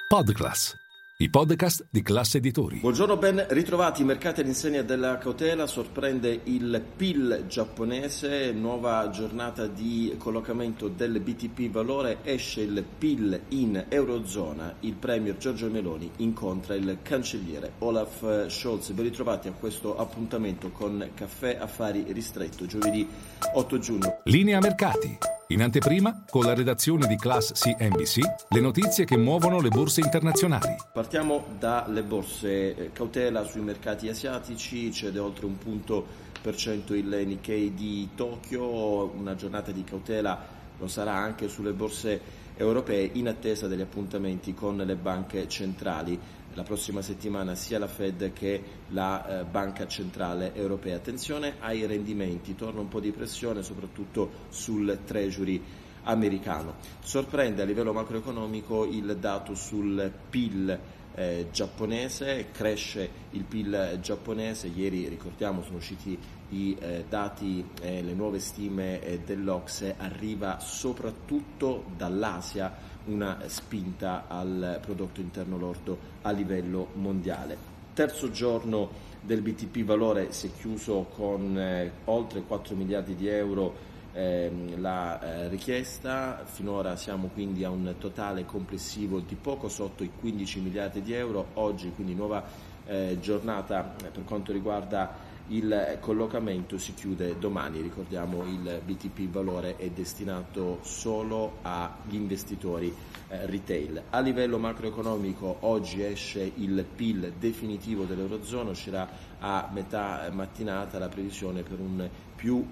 Podclass, i podcast di Class Editori. Buongiorno, ben ritrovati. Mercati all'insegna della cautela. Sorprende il PIL giapponese, nuova giornata di collocamento del BTP valore, esce il PIL in Eurozona, il Premier Giorgia Meloni incontra il cancelliere Olaf Scholz. Ben ritrovati a questo appuntamento con Caffè Affari Ristretto, giovedì 8 giugno. Linea mercati. In anteprima, con la redazione di Class CNBC, le notizie che muovono le borse internazionali. Partiamo dalle borse. Cautela sui mercati asiatici, cede oltre 1% il Nikkei di Tokyo, una giornata di cautela lo sarà anche sulle borse europee in attesa degli appuntamenti con le banche centrali. La prossima settimana sia la Fed che la Banca Centrale Europea. Attenzione ai rendimenti, torna un po' di pressione soprattutto sul Treasury americano. Sorprende a livello macroeconomico il dato sul PIL giapponese, cresce il PIL giapponese, ieri ricordiamo sono usciti i dati, le nuove stime dell'Ocse, arriva soprattutto dall'Asia una spinta al prodotto interno lordo a livello mondiale. Terzo giorno del BTP valore, si è chiuso con oltre 4 miliardi di euro la richiesta, finora siamo quindi a un totale complessivo di poco sotto i 15 miliardi di euro, oggi quindi nuova giornata per quanto riguarda il collocamento, si chiude domani, ricordiamo il BTP valore è destinato solo agli investitori retail. A livello macroeconomico oggi esce il PIL definitivo dell'Eurozona, uscirà a metà mattinata la previsione per un più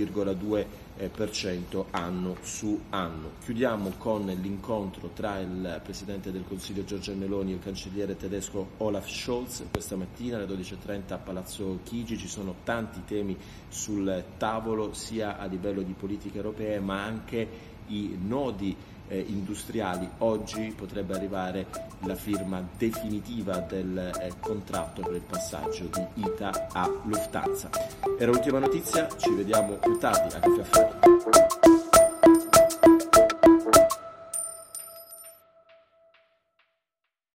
1,2% anno su anno. Chiudiamo con l'incontro tra il Presidente del Consiglio Giorgia Meloni e il cancelliere tedesco Olaf Scholz questa mattina alle 12.30 a Palazzo Chigi. Ci sono tanti temi sul tavolo sia a livello di politiche europee ma anche i nodi industriali. Oggi potrebbe arrivare la firma definitiva del contratto per il passaggio di ITA a Lufthansa. Era l'ultima notizia, ci vediamo più tardi a Caffè Affari.